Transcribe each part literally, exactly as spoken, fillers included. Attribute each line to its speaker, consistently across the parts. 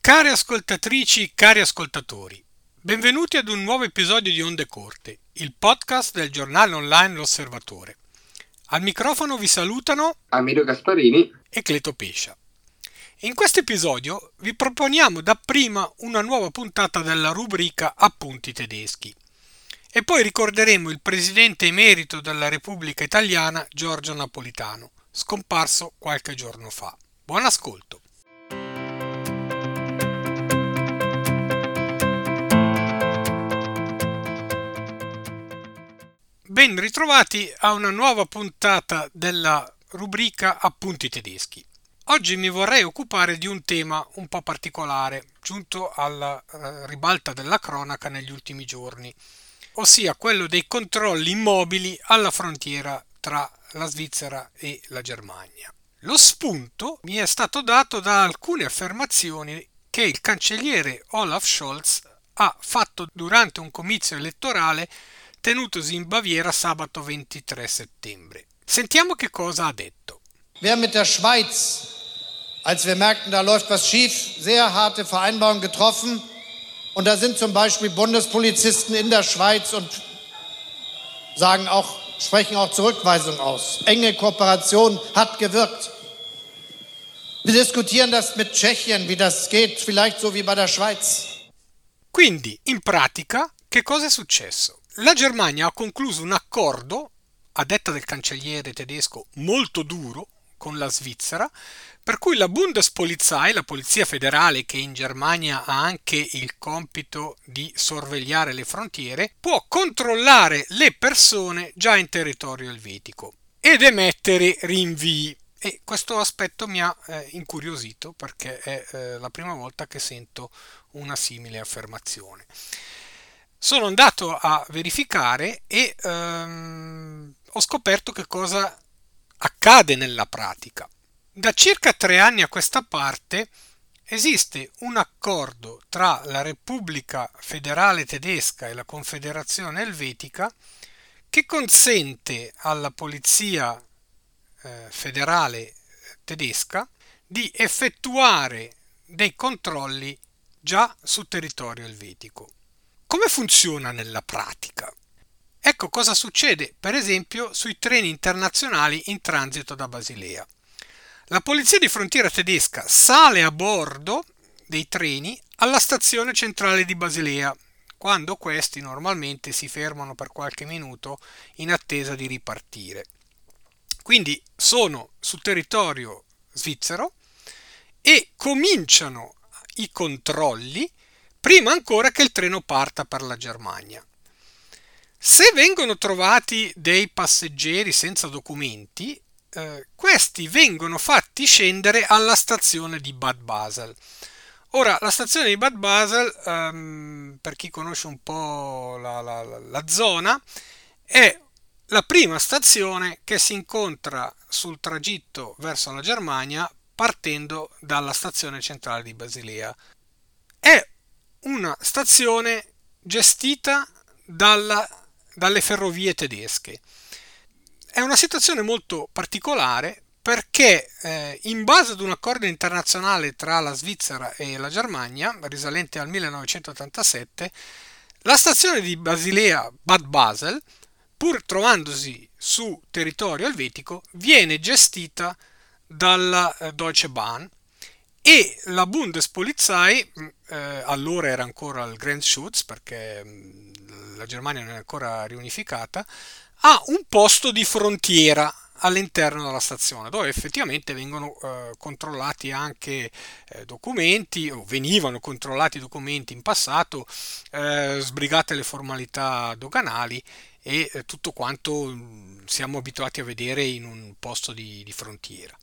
Speaker 1: Care ascoltatrici, cari ascoltatori, benvenuti ad un nuovo episodio di Onde Corte, il podcast del giornale online L'Osservatore. Al microfono vi salutano
Speaker 2: Amedeo Gasparini
Speaker 1: e Cleto Pescia. In questo episodio vi proponiamo dapprima una nuova puntata della rubrica Appunti tedeschi e poi ricorderemo il presidente emerito della Repubblica Italiana Giorgio Napolitano, scomparso qualche giorno fa. Buon ascolto! Ben ritrovati a una nuova puntata della rubrica Appunti tedeschi. Oggi mi vorrei occupare di un tema un po' particolare, giunto alla eh, ribalta della cronaca negli ultimi giorni, ossia quello dei controlli immobili alla frontiera tra la Svizzera e la Germania. Lo spunto mi è stato dato da alcune affermazioni che il cancelliere Olaf Scholz ha fatto durante un comizio elettorale tenutosi in Baviera sabato ventitré settembre. Sentiamo che cosa ha detto.
Speaker 3: Wer mit der Schweiz, als wir merkten, da läuft was schief, sehr harte Vereinbarungen getroffen und da sind zum Beispiel Bundespolizisten in der Schweiz und sagen auch, sprechen auch Zurückweisung aus. Enge Kooperation hat gewirkt. Wir diskutieren das mit Tschechien, wie das geht, vielleicht so wie bei der Schweiz.
Speaker 1: Quindi, in pratica, che cosa è successo? La Germania ha concluso un accordo, a detta del cancelliere tedesco, molto duro con la Svizzera, per cui la Bundespolizei, la polizia federale che in Germania ha anche il compito di sorvegliare le frontiere, può controllare le persone già in territorio elvetico ed emettere rinvii. E questo aspetto mi ha eh, incuriosito perché è eh, la prima volta che sento una simile affermazione. Sono andato a verificare e ehm, ho scoperto che cosa accade nella pratica. Da circa tre anni a questa parte esiste un accordo tra la Repubblica Federale Tedesca e la Confederazione Elvetica che consente alla Polizia eh, Federale Tedesca di effettuare dei controlli già su territorio elvetico. Come funziona nella pratica? Ecco cosa succede, per esempio, sui treni internazionali in transito da Basilea. La polizia di frontiera tedesca sale a bordo dei treni alla stazione centrale di Basilea, quando questi normalmente si fermano per qualche minuto in attesa di ripartire. Quindi sono sul territorio svizzero e cominciano i controlli prima ancora che il treno parta per la Germania. Se vengono trovati dei passeggeri senza documenti, eh, questi vengono fatti scendere alla stazione di Bad Basel. Ora, la stazione di Bad Basel, ehm, per chi conosce un po' la, la, la zona, è la prima stazione che si incontra sul tragitto verso la Germania partendo dalla stazione centrale di Basilea. È una stazione gestita dalla, dalle ferrovie tedesche. È una situazione molto particolare perché eh, in base ad un accordo internazionale tra la Svizzera e la Germania, risalente al millenovecentottantasette, la stazione di Basilea Bad Basel, pur trovandosi su territorio elvetico, viene gestita dalla eh, Deutsche Bahn e la Bundespolizei, eh, allora era ancora il Grenzschutz perché mh, la Germania non è ancora riunificata, ha un posto di frontiera all'interno della stazione dove effettivamente vengono eh, controllati anche eh, documenti o venivano controllati documenti in passato, eh, sbrigate le formalità doganali e eh, tutto quanto mh, siamo abituati a vedere in un posto di, di frontiera.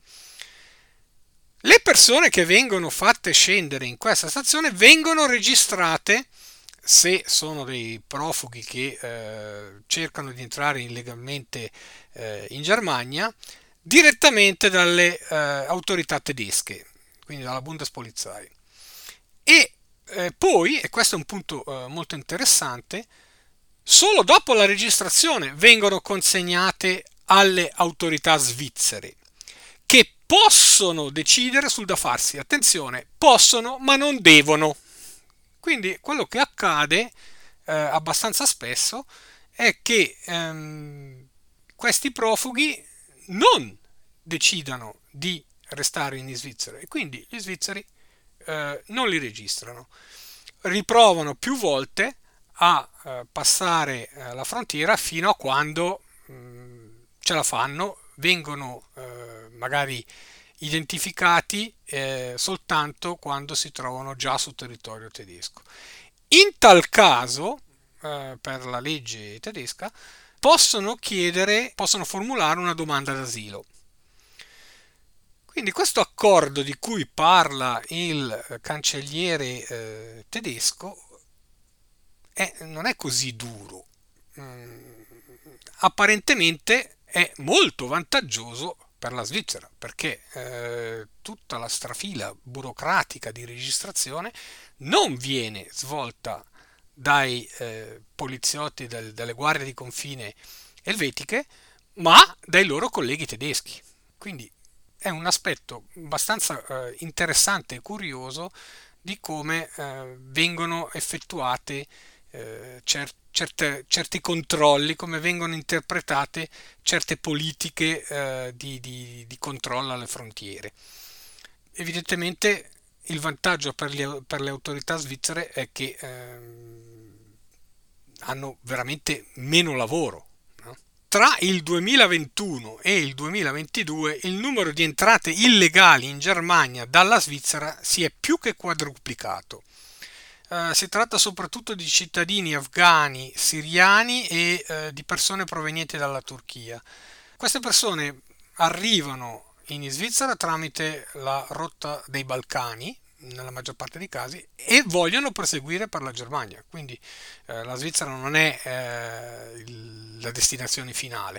Speaker 1: Le persone che vengono fatte scendere in questa stazione vengono registrate, se sono dei profughi che eh, cercano di entrare illegalmente eh, in Germania, direttamente dalle eh, autorità tedesche, quindi dalla Bundespolizei. E eh, poi, e questo è un punto eh, molto interessante, solo dopo la registrazione vengono consegnate alle autorità svizzere, che possono decidere sul da farsi. Attenzione, possono ma non devono. Quindi quello che accade eh, abbastanza spesso è che ehm, questi profughi non decidano di restare in Svizzera e quindi gli svizzeri eh, non li registrano. Riprovano più volte a eh, passare eh, la frontiera fino a quando mh, ce la fanno, vengono eh, magari identificati eh, soltanto quando si trovano già sul territorio tedesco. In tal caso, eh, per la legge tedesca, possono chiedere, possono formulare una domanda d'asilo. Quindi questo accordo di cui parla il cancelliere eh, tedesco è, non è così duro. Mm, apparentemente è molto vantaggioso per la Svizzera perché eh, tutta la strafila burocratica di registrazione non viene svolta dai eh, poliziotti del, delle guardie di confine elvetiche, ma dai loro colleghi tedeschi. Quindi è un aspetto abbastanza eh, interessante e curioso di come eh, vengono effettuate eh, cer- certe, certi controlli, come vengono interpretate certe politiche eh, di, di, di controllo alle frontiere. Evidentemente il vantaggio per le, per le autorità svizzere è che ehm, hanno veramente meno lavoro. Tra il duemilaventuno e il duemilaventidue il numero di entrate illegali in Germania dalla Svizzera si è più che quadruplicato. Uh, si tratta soprattutto di cittadini afghani, siriani e uh, di persone provenienti dalla Turchia. Queste persone arrivano in Svizzera tramite la rotta dei Balcani, nella maggior parte dei casi, e vogliono proseguire per la Germania, quindi eh, la Svizzera non è eh, il, la destinazione finale.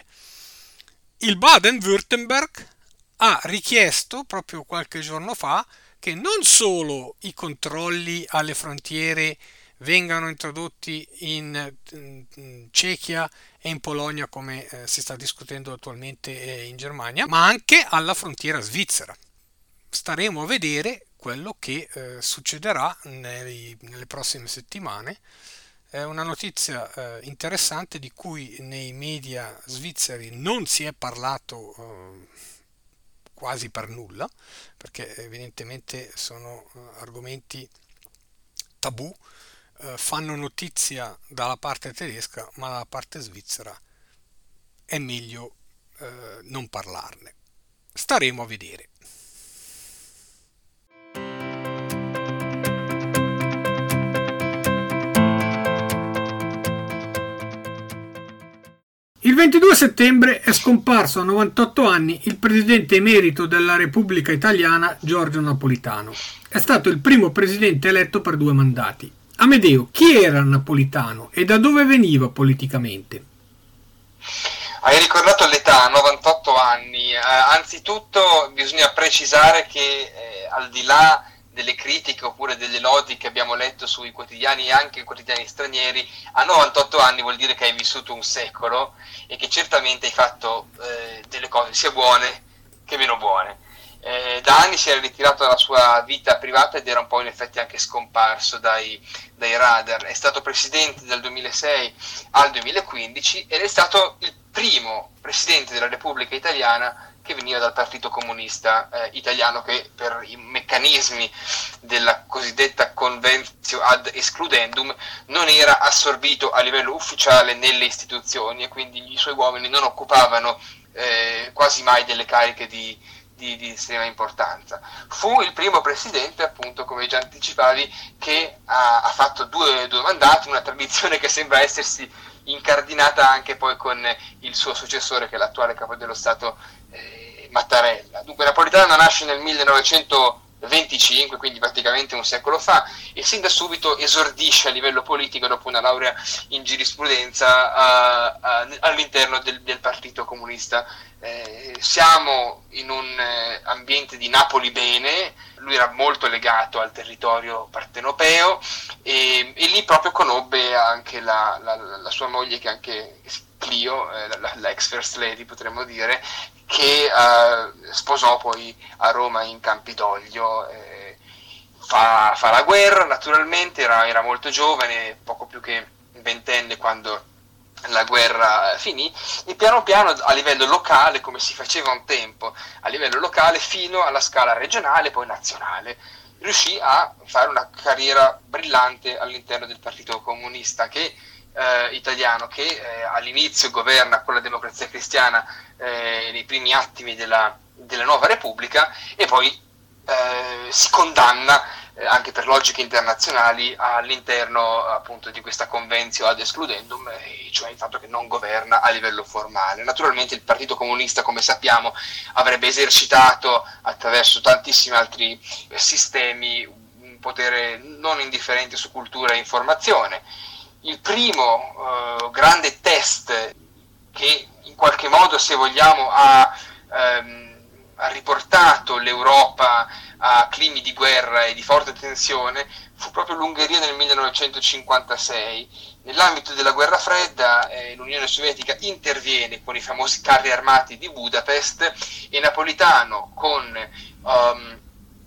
Speaker 1: Il Baden-Württemberg ha richiesto proprio qualche giorno fa che non solo i controlli alle frontiere vengano introdotti in, in Cechia e in Polonia come eh, si sta discutendo attualmente eh, in Germania, ma anche alla frontiera svizzera. Staremo a vedere quello che eh, succederà nei, nelle prossime settimane. È una notizia eh, interessante di cui nei media svizzeri non si è parlato eh, quasi per nulla, perché evidentemente sono eh, argomenti tabù, eh, fanno notizia dalla parte tedesca, ma dalla parte svizzera è meglio eh, non parlarne. Staremo a vedere. Il ventidue settembre è scomparso a novantotto anni il presidente emerito della Repubblica Italiana Giorgio Napolitano. È stato il primo presidente eletto per due mandati. Amedeo, chi era Napolitano e da dove veniva politicamente?
Speaker 2: Hai ricordato l'età, novantotto anni. Eh, anzitutto bisogna precisare che eh, al di là delle critiche oppure delle lodi che abbiamo letto sui quotidiani e anche i quotidiani stranieri, a novantotto anni vuol dire che hai vissuto un secolo e che certamente hai fatto eh, delle cose sia buone che meno buone. Eh, da anni si era ritirato dalla sua vita privata ed era un po' in effetti anche scomparso dai, dai radar. È stato presidente dal duemilasei al duemilaquindici ed è stato il primo presidente della Repubblica Italiana che veniva dal Partito Comunista eh, Italiano, che per i meccanismi della cosiddetta conventio ad excludendum non era assorbito a livello ufficiale nelle istituzioni e quindi i suoi uomini non occupavano eh, quasi mai delle cariche di, di, di estrema importanza. Fu il primo presidente, appunto, come già anticipavi, che ha, ha fatto due, due mandati, una tradizione che sembra essersi incardinata anche poi con il suo successore, che è l'attuale capo dello Stato eh, Mattarella. Dunque Napolitano nasce nel millenovecentoventicinque, quindi praticamente un secolo fa, e sin da subito esordisce a livello politico dopo una laurea in giurisprudenza uh, uh, all'interno del, del Partito Comunista. Eh, siamo in un eh, ambiente di Napoli bene, lui era molto legato al territorio partenopeo e, e lì proprio conobbe anche la, la, la sua moglie, che anche Clio, eh, la, la ex first lady potremmo dire, che eh, sposò poi a Roma in Campidoglio. Eh, fa, fa la guerra, naturalmente, era, era molto giovane, poco più che ventenne quando la guerra finì, e piano piano a livello locale, come si faceva un tempo, a livello locale fino alla scala regionale, poi nazionale, riuscì a fare una carriera brillante all'interno del Partito Comunista che, eh, italiano, che eh, all'inizio governa con la Democrazia Cristiana eh, nei primi attimi della, della nuova Repubblica, e poi eh, si condanna eh, anche per logiche internazionali all'interno appunto di questa convenzio ad excludendum, eh, cioè il fatto che non governa a livello formale. Naturalmente il Partito Comunista, come sappiamo, avrebbe esercitato attraverso tantissimi altri eh, sistemi un potere non indifferente su cultura e informazione. Il primo eh, grande test che in qualche modo, se vogliamo, ha, ehm, ha riportato l'Europa a climi di guerra e di forte tensione fu proprio l'Ungheria nel millenovecentocinquantasei. Nell'ambito della guerra fredda eh, l'Unione Sovietica interviene con i famosi carri armati di Budapest, e Napolitano con um,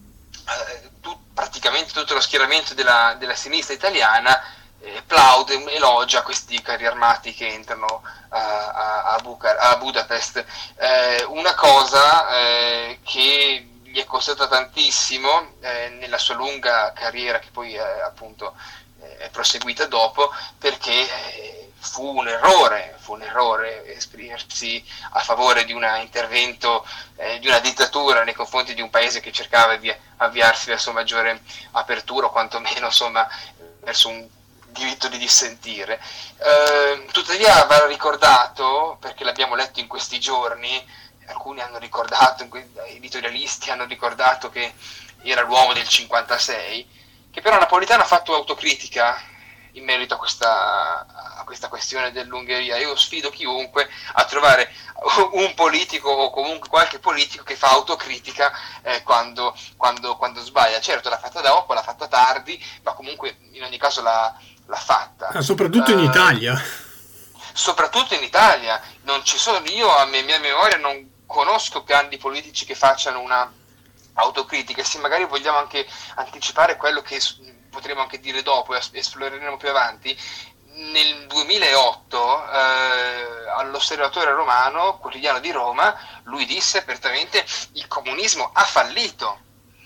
Speaker 2: tut, praticamente tutto lo schieramento della, della sinistra italiana eh, plaude, elogia questi carri armati che entrano a, a, a, Bucar- a Budapest. Eh, una cosa eh, che gli è costata tantissimo eh, nella sua lunga carriera, che poi eh, appunto eh, è proseguita dopo, perché eh, fu un errore, fu un errore esprimersi a favore di un intervento eh, di una dittatura nei confronti di un paese che cercava di avviarsi verso maggiore apertura, o quantomeno insomma verso un diritto di dissentire. Eh, tuttavia va ricordato, perché l'abbiamo letto in questi giorni, alcuni hanno ricordato, i editorialisti hanno ricordato che era l'uomo del cinquantasei, che però Napolitano ha fatto autocritica in merito a questa, a questa questione dell'Ungheria. Io sfido chiunque a trovare un politico o comunque qualche politico che fa autocritica eh, quando, quando, quando sbaglia. Certo, l'ha fatta dopo, l'ha fatta tardi, ma comunque in ogni caso l'ha, l'ha fatta.
Speaker 1: Ah, soprattutto in uh, Italia.
Speaker 2: Soprattutto in Italia. Non ci sono, io a mia memoria non conosco grandi politici che facciano una autocritica. Se magari vogliamo anche anticipare quello che potremo anche dire dopo e esploreremo più avanti, nel duemilaotto eh, all'Osservatore Romano, quotidiano di Roma, lui disse apertamente: il comunismo ha fallito.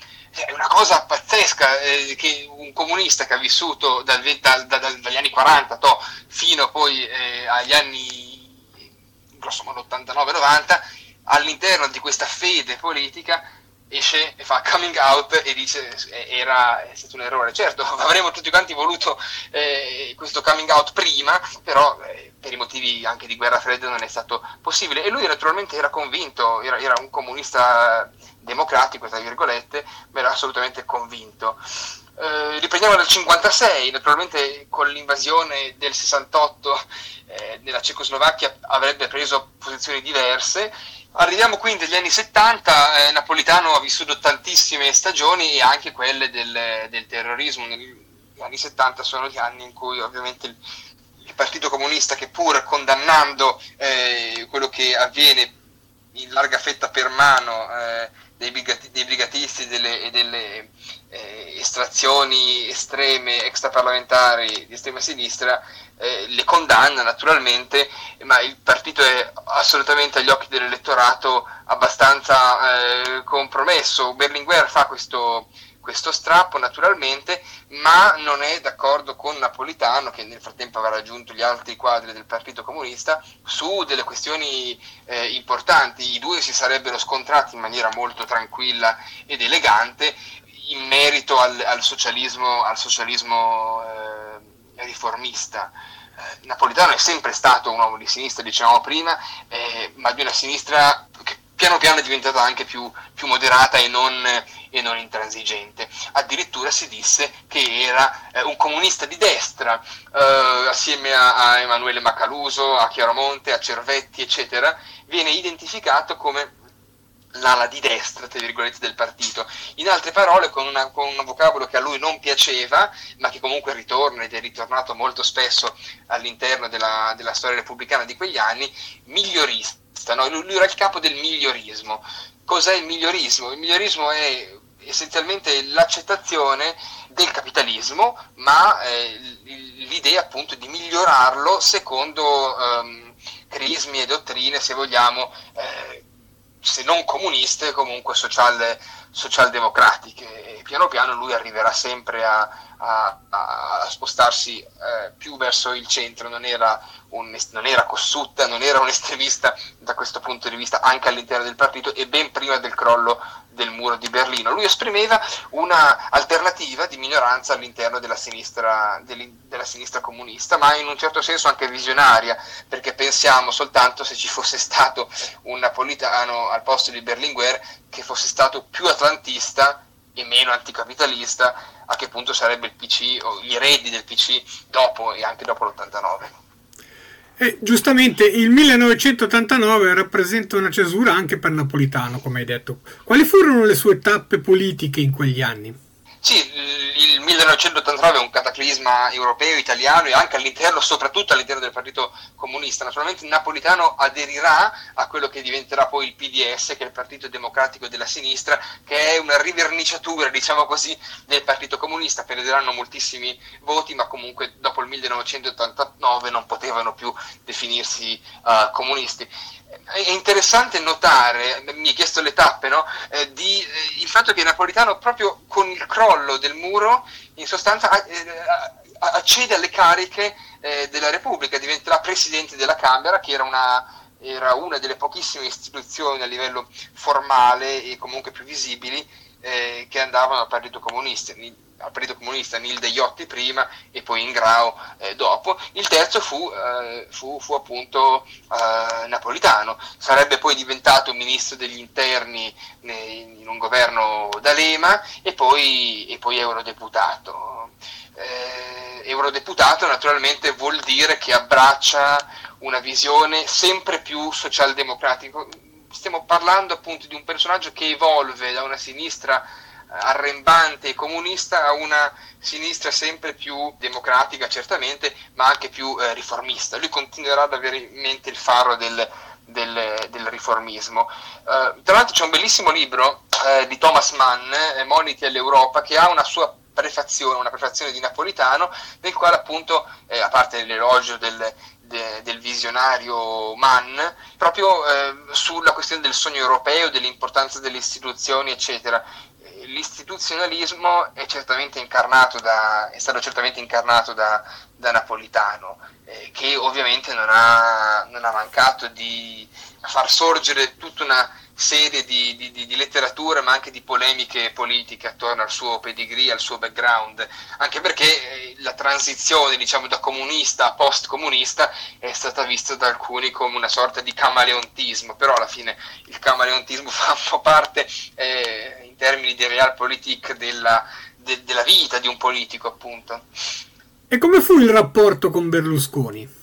Speaker 2: È una cosa pazzesca eh, che un comunista che ha vissuto dal, da, da, dagli anni quaranta to, fino poi eh, agli anni grosso modo ottantanove novanta, all'interno di questa fede politica esce e fa coming out e dice era è stato un errore. Certo, avremmo tutti quanti voluto eh, questo coming out prima, però eh, per i motivi anche di guerra fredda non è stato possibile, e lui naturalmente era convinto, era, era un comunista democratico tra virgolette, ma era assolutamente convinto. Eh, riprendiamo dal cinquantasei, naturalmente con l'invasione del sessantotto eh, nella Cecoslovacchia avrebbe preso posizioni diverse. Arriviamo quindi agli anni settanta, eh, Napolitano ha vissuto tantissime stagioni, e anche quelle del, del terrorismo. Gli anni settanta sono gli anni in cui ovviamente il, il Partito Comunista, che pur condannando eh, quello che avviene in larga fetta per mano eh, dei, brigati, dei brigatisti delle, e delle eh, estrazioni estreme extraparlamentari di estrema sinistra, eh, le condanna naturalmente, ma il partito è assolutamente agli occhi dell'elettorato abbastanza eh, compromesso. Berlinguer fa questo, questo strappo naturalmente, ma non è d'accordo con Napolitano, che nel frattempo aveva raggiunto gli altri quadri del Partito Comunista, su delle questioni eh, importanti. I due si sarebbero scontrati in maniera molto tranquilla ed elegante in merito al, al socialismo, al socialismo eh, riformista. Eh, Napolitano è sempre stato un uomo di sinistra, dicevamo prima, eh, ma di una sinistra che piano piano è diventata anche più, più moderata e non, e non intransigente. Addirittura si disse che era eh, un comunista di destra, eh, assieme a, a Emanuele Macaluso, a Chiaromonte, a Cervetti, eccetera. Viene identificato come l'ala di destra, tra virgolette, del partito. In altre parole, con, una, con un vocabolo che a lui non piaceva, ma che comunque ritorna ed è ritornato molto spesso all'interno della, della storia repubblicana di quegli anni, migliorista. no? Lui, lui era il capo del migliorismo. Cos'è il migliorismo? Il migliorismo è essenzialmente l'accettazione del capitalismo, ma eh, l'idea appunto di migliorarlo secondo ehm, crismi e dottrine, se vogliamo, eh, se non comuniste, comunque social, socialdemocratiche. E piano piano lui arriverà sempre a, a, a spostarsi eh, più verso il centro. Non era, un, non era Cossutta, non era un estremista da questo punto di vista anche all'interno del partito, e ben prima del crollo del muro di Berlino lui esprimeva una alternativa di minoranza all'interno della sinistra, della sinistra comunista, ma in un certo senso anche visionaria, perché pensiamo soltanto, se ci fosse stato un Napolitano al posto di Berlinguer che fosse stato più atlantista e meno anticapitalista, a che punto sarebbe il P C o gli eredi del P C dopo e anche dopo l'ottantanove.
Speaker 1: E giustamente il millenovecentottantanove rappresenta una cesura anche per Napolitano, come hai detto. Quali furono le sue tappe politiche in quegli anni?
Speaker 2: Sì, il millenovecentottantanove è un cataclisma europeo, italiano e anche all'interno, soprattutto all'interno del Partito Comunista. Naturalmente Napolitano aderirà a quello che diventerà poi il P D S, che è il Partito Democratico della Sinistra, che è una riverniciatura, diciamo così, del Partito Comunista. Perderanno moltissimi voti, ma comunque dopo il millenovecentottantanove non potevano più definirsi uh, comunisti. È interessante notare, mi hai chiesto le tappe, no? Eh, di, eh, il fatto che Napolitano, proprio con il crollo del muro, in sostanza eh, accede alle cariche eh, della Repubblica, diventerà presidente della Camera, che era una, era una delle pochissime istituzioni a livello formale e comunque più visibili eh, che andavano al Partito Comunista. al Partito Comunista, Nilde Iotti prima e poi Ingrao eh, dopo. Il terzo fu, eh, fu, fu appunto eh, Napolitano. Sarebbe poi diventato ministro degli interni in un governo D'Alema e poi, e poi eurodeputato. Eh, eurodeputato naturalmente vuol dire che abbraccia una visione sempre più socialdemocratica. Stiamo parlando appunto di un personaggio che evolve da una sinistra arrembante e comunista a una sinistra sempre più democratica, certamente, ma anche più eh, riformista. Lui continuerà ad avere in mente il faro del, del, del riformismo. Uh, tra l'altro c'è un bellissimo libro eh, di Thomas Mann, eh, Moniti all'Europa, che ha una sua prefazione, una prefazione di Napolitano, nel quale appunto, eh, a parte l'elogio del del visionario Mann, proprio eh, sulla questione del sogno europeo, dell'importanza delle istituzioni, eccetera. L'istituzionalismo è certamente incarnato da, è stato certamente incarnato da, da Napolitano, eh, che ovviamente non ha, non ha mancato di far sorgere tutta una serie di, di, di letteratura, ma anche di polemiche politiche attorno al suo pedigree, al suo background, anche perché la transizione, diciamo, da comunista a post-comunista è stata vista da alcuni come una sorta di camaleontismo, però alla fine il camaleontismo fa un po' parte eh, in termini di realpolitik della, de, della vita di un politico, appunto.
Speaker 1: E come fu il rapporto con Berlusconi?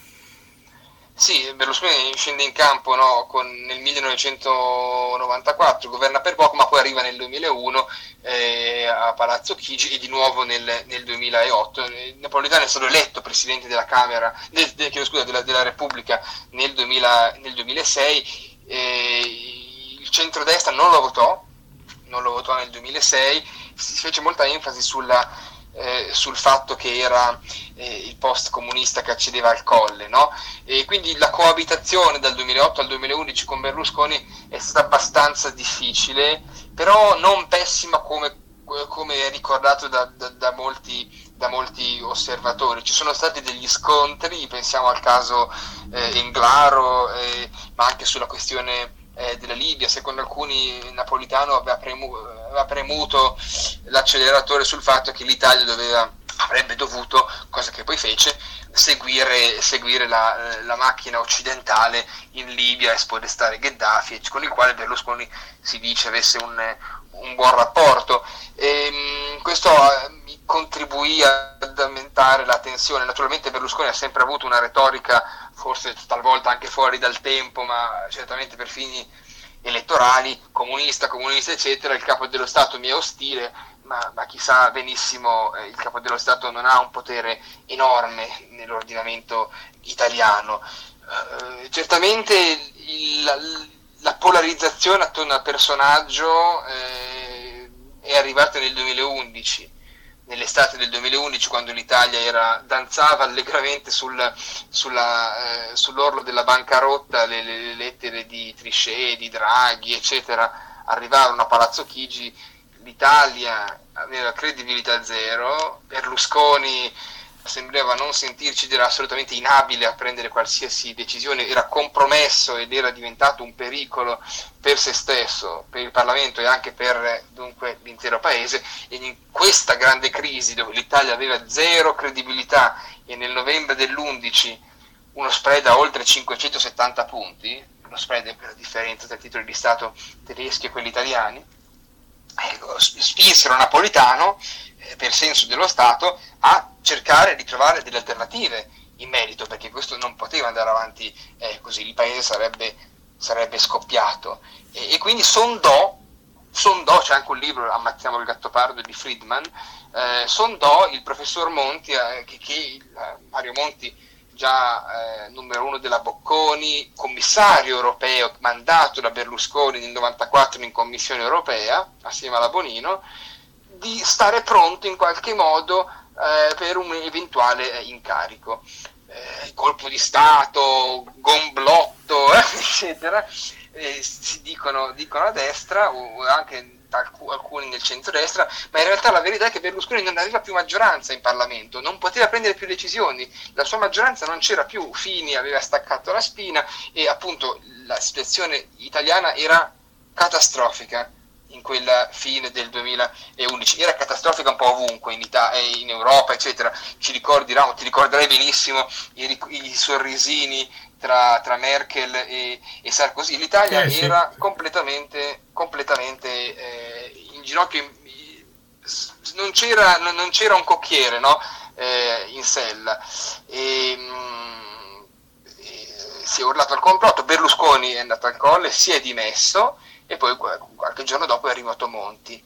Speaker 2: Sì, Berlusconi scende in campo, no, con, nel millenovecentonovantaquattro, governa per poco, ma poi arriva nel duemilauno eh, a Palazzo Chigi e di nuovo nel, nel duemilaotto. Napolitano è stato eletto presidente della Camera, del, de, scusa, della, della Repubblica nel, duemila, nel duemilasei. Eh, il centrodestra non lo votò, non lo votò nel duemilasei, si fece molta enfasi sulla... Eh, sul fatto che era eh, il post comunista che accedeva al Colle, no? E quindi la coabitazione dal duemilaotto al duemilaundici con Berlusconi è stata abbastanza difficile, però non pessima come, come è ricordato da, da, da, molti, da molti osservatori. Ci sono stati degli scontri, pensiamo al caso eh, Englaro, eh, ma anche sulla questione eh, della Libia. Secondo alcuni Napolitano aveva, premu- aveva premuto l'acceleratore sul fatto che l'Italia doveva, avrebbe dovuto, cosa che poi fece, seguire, seguire la, la macchina occidentale in Libia e spodestare Gheddafi, con il quale Berlusconi si dice avesse un, un buon rapporto. E, mh, questo contribuì ad aumentare la tensione. Naturalmente Berlusconi ha sempre avuto una retorica, forse talvolta anche fuori dal tempo, ma certamente per fini elettorali, comunista, comunista eccetera. Il capo dello Stato mi è ostile, ma, ma chissà benissimo, eh, il capo dello Stato non ha un potere enorme nell'ordinamento italiano. Uh, certamente il, la, la polarizzazione attorno al personaggio eh, è arrivata nel duemilaundici, nell'estate del duemilaundici, quando l'Italia era, danzava allegramente sul, sulla, eh, sull'orlo della bancarotta, le, le, le lettere di Trichet, di Draghi, eccetera, arrivarono a Palazzo Chigi, l'Italia aveva credibilità zero, Berlusconi sembrava non sentirci ed era assolutamente inabile a prendere qualsiasi decisione, era compromesso ed era diventato un pericolo per se stesso, per il Parlamento e anche per dunque l'intero paese. E in questa grande crisi dove l'Italia aveva zero credibilità e nel novembre dell'undici uno spread a oltre cinquecentosettanta punti, uno spread per la differenza tra i titoli di Stato tedeschi e quelli italiani, ecco, spinsero Napolitano eh, per senso dello Stato a cercare di trovare delle alternative in merito, perché questo non poteva andare avanti eh, così, il paese sarebbe, sarebbe scoppiato, e, e quindi sondò, sondò, c'è anche un libro, Ammazziamo il Gattopardo di Friedman, eh, sondò il professor Monti, eh, che, che eh, Mario Monti, già eh, numero uno della Bocconi, commissario europeo mandato da Berlusconi nel novantaquattro in Commissione europea assieme alla Bonino, di stare pronto in qualche modo eh, per un eventuale incarico, eh, colpo di Stato, gomblotto, eh, eccetera, eh, si dicono, dicono a destra o anche alcuni nel centrodestra, ma in realtà la verità è che Berlusconi non aveva più maggioranza in Parlamento, non poteva prendere più decisioni, la sua maggioranza non c'era più, Fini aveva staccato la spina e appunto la situazione italiana era catastrofica in quella fine del duemilaundici, era catastrofica un po' ovunque, in, Italia, in Europa, eccetera. Ci ricordiamo, ti ricorderai benissimo i, i sorrisini tra, tra Merkel e, e Sarkozy. L'Italia eh, sì. era completamente, completamente eh, in ginocchio, non c'era, non c'era un cocchiere, no? eh, in sella. E, mh, e si è urlato al complotto, Berlusconi è andato al colle, si è dimesso, e poi qualche giorno dopo è arrivato Monti.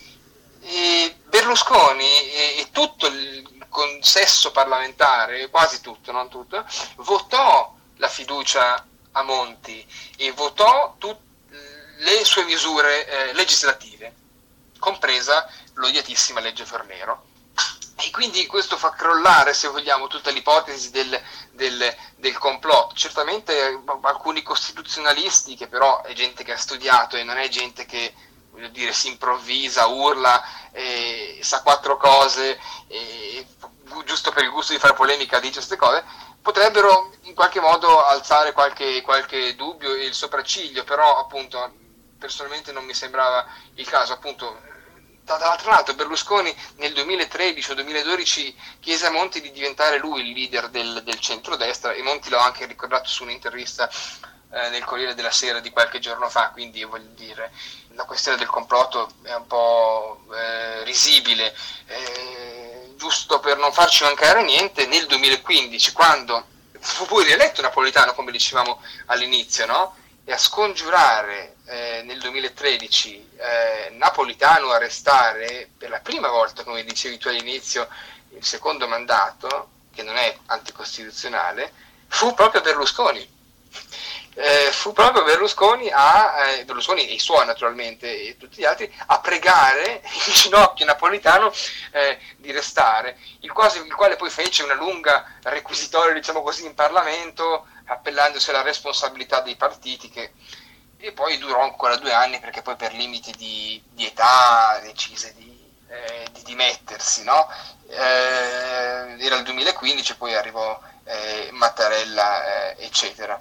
Speaker 2: E Berlusconi e, e tutto il consesso parlamentare, quasi tutto, non tutto, votò la fiducia a Monti e votò tutte le sue misure eh, legislative, compresa l'odiatissima legge Fornero. E quindi questo fa crollare, se vogliamo, tutta l'ipotesi del, del, del complotto. Certamente alcuni costituzionalisti, che però è gente che ha studiato e non è gente che, voglio dire, si improvvisa, urla, e sa quattro cose e giusto per il gusto di fare polemica dice queste cose, potrebbero in qualche modo alzare qualche, qualche dubbio e il sopracciglio, però appunto personalmente non mi sembrava il caso. Appunto, dall'altro lato Berlusconi nel duemilatredici o duemiladodici chiese a Monti di diventare lui il leader del, del centrodestra, e Monti l'ha anche ricordato su un'intervista eh, nel Corriere della Sera di qualche giorno fa. Quindi voglio dire, la questione del complotto è un po' eh, risibile. Eh, giusto per non farci mancare niente, nel duemilaquindici, quando fu poi rieletto Napolitano, come dicevamo all'inizio, no? E a scongiurare eh, nel duemilatredici eh, Napolitano a restare per la prima volta, come dicevi tu all'inizio, il secondo mandato, che non è anticostituzionale, fu proprio Berlusconi. Eh, fu proprio Berlusconi, a, eh, Berlusconi e i suoi naturalmente e tutti gli altri, a pregare in ginocchio Napolitano eh, di restare, il, quasi, il quale poi fece una lunga requisitoria, diciamo così, in Parlamento, appellandosi alla responsabilità dei partiti, che e poi durò ancora due anni perché poi per limiti di, di età decise di, eh, di dimettersi, no? Eh, era il duemilaquindici, poi arrivò eh, Mattarella, eh, eccetera.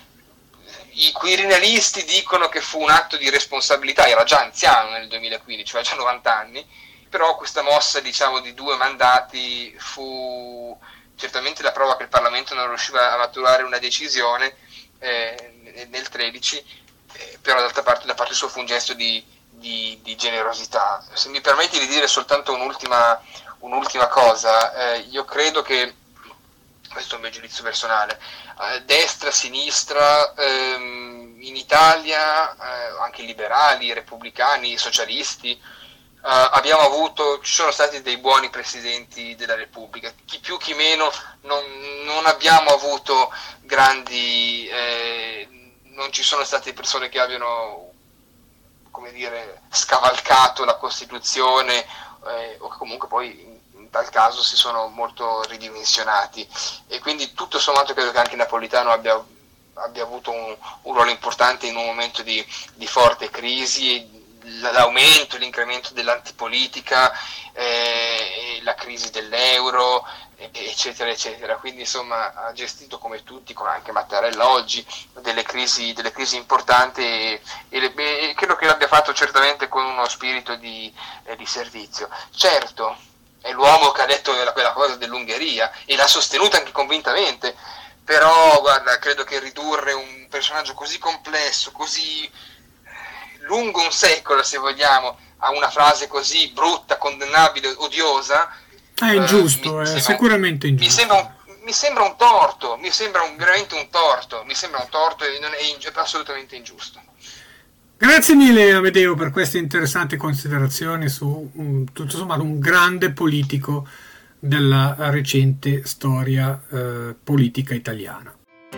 Speaker 2: I quirinalisti dicono che fu un atto di responsabilità, era già anziano nel duemilaquindici, aveva già novanta anni, però questa mossa, diciamo, di due mandati fu certamente la prova che il Parlamento non riusciva a maturare una decisione eh, nel tredici, eh, però d'altra parte da parte sua fu un gesto di, di, di generosità. Se mi permetti di dire soltanto un'ultima, un'ultima cosa, eh, io credo che, questo è un mio giudizio personale, eh, destra, sinistra, ehm, in Italia, eh, anche liberali, repubblicani, socialisti, Uh, abbiamo avuto, ci sono stati dei buoni presidenti della Repubblica, chi più chi meno, non, non abbiamo avuto grandi, eh, non ci sono state persone che abbiano, come dire, scavalcato la Costituzione eh, o che comunque poi in, in tal caso si sono molto ridimensionati, e quindi tutto sommato credo che anche Napolitano abbia, abbia avuto un, un ruolo importante in un momento di, di forte crisi, l'aumento, l'incremento dell'antipolitica, eh, la crisi dell'euro, eccetera eccetera. Quindi insomma ha gestito, come tutti, come anche Mattarella oggi, delle crisi, delle crisi importanti, e, e, e credo che l'abbia fatto certamente con uno spirito di, eh, di servizio. Certo, è l'uomo che ha detto quella cosa dell'Ungheria e l'ha sostenuta anche convintamente, però guarda, credo che ridurre un personaggio così complesso, così lungo un secolo, se vogliamo, a una frase così brutta, condannabile, odiosa,
Speaker 1: è ingiusto,
Speaker 2: eh,
Speaker 1: è sicuramente ingiusto.
Speaker 2: Mi sembra, un, mi sembra un torto, mi sembra un, veramente un torto, mi sembra un torto e non è, è assolutamente ingiusto.
Speaker 1: Grazie mille Amedeo per queste interessanti considerazioni su um, tutto sommato un grande politico della recente storia eh, politica italiana.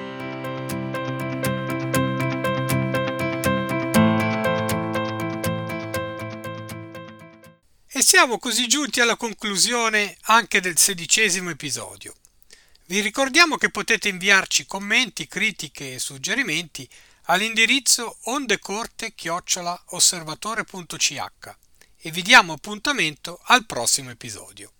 Speaker 1: E siamo così giunti alla conclusione anche del sedicesimo episodio. Vi ricordiamo che potete inviarci commenti, critiche e suggerimenti all'indirizzo ondecorte chiocciola osservatore punto c h e vi diamo appuntamento al prossimo episodio.